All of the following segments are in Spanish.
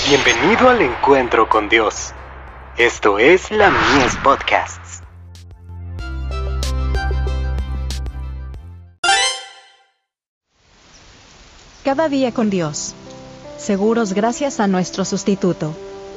Bienvenido al encuentro con Dios. Esto es la Mies Podcasts. Cada día con Dios. Seguros gracias a nuestro sustituto,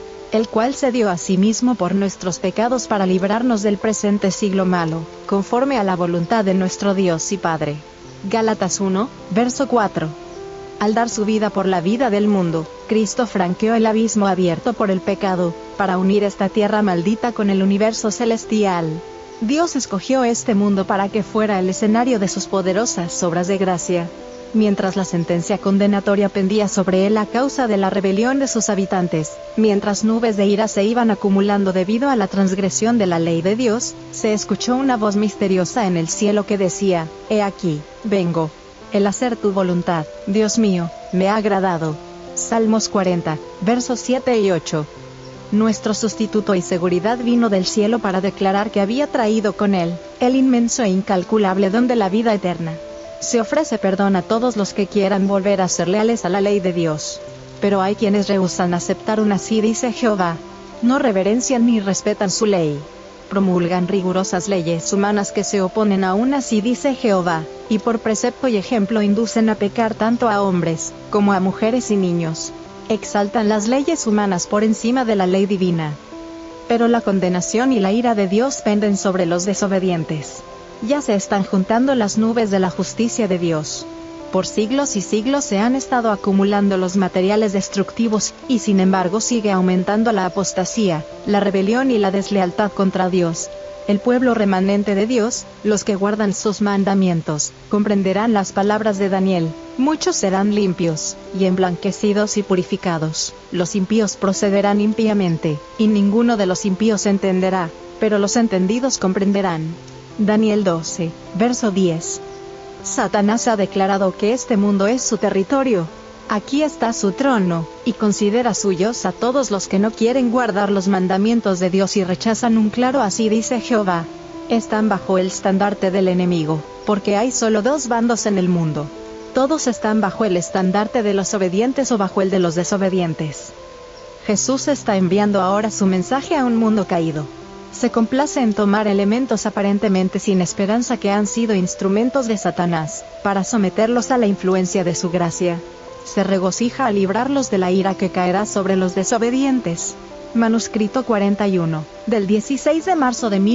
el cual se dio a sí mismo por nuestros pecados para librarnos del presente siglo malo, conforme a la voluntad de nuestro Dios y Padre. Gálatas 1, verso 4. Al dar su vida por la vida del mundo, Cristo franqueó el abismo abierto por el pecado, para unir esta tierra maldita con el universo celestial. Dios escogió este mundo para que fuera el escenario de sus poderosas obras de gracia. Mientras la sentencia condenatoria pendía sobre él a causa de la rebelión de sus habitantes, mientras nubes de ira se iban acumulando debido a la transgresión de la ley de Dios, se escuchó una voz misteriosa en el cielo que decía: «He aquí, vengo. El hacer tu voluntad, Dios mío, me ha agradado». Salmos 40, versos 7 y 8. Nuestro sustituto y seguridad vino del cielo para declarar que había traído con él el inmenso e incalculable don de la vida eterna. Se ofrece perdón a todos los que quieran volver a ser leales a la ley de Dios. Pero hay quienes rehúsan aceptar una así dice Jehová. No reverencian ni respetan su ley. Promulgan rigurosas leyes humanas que se oponen a una así dice Jehová, y por precepto y ejemplo inducen a pecar tanto a hombres, como a mujeres y niños. Exaltan las leyes humanas por encima de la ley divina. Pero la condenación y la ira de Dios penden sobre los desobedientes. Ya se están juntando las nubes de la justicia de Dios. Por siglos y siglos se han estado acumulando los materiales destructivos, y sin embargo sigue aumentando la apostasía, la rebelión y la deslealtad contra Dios. El pueblo remanente de Dios, los que guardan sus mandamientos, comprenderán las palabras de Daniel: muchos serán limpios, y emblanquecidos y purificados. Los impíos procederán impíamente, y ninguno de los impíos entenderá, pero los entendidos comprenderán. Daniel 12, verso 10. Satanás ha declarado que este mundo es su territorio. Aquí está su trono, y considera suyos a todos los que no quieren guardar los mandamientos de Dios y rechazan un claro así dice Jehová. Están bajo el estandarte del enemigo, porque hay solo dos bandos en el mundo. Todos están bajo el estandarte de los obedientes o bajo el de los desobedientes. Jesús está enviando ahora su mensaje a un mundo caído. Se complace en tomar elementos aparentemente sin esperanza que han sido instrumentos de Satanás, para someterlos a la influencia de su gracia. Se regocija al librarlos de la ira que caerá sobre los desobedientes. Manuscrito 41, del 16 de marzo de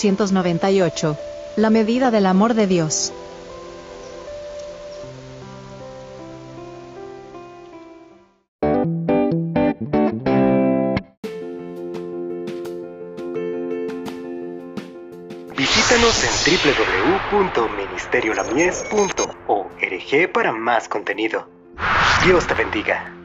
1898. La medida del amor de Dios. Visítanos en www.ministeriolamies.org para más contenido. Dios te bendiga.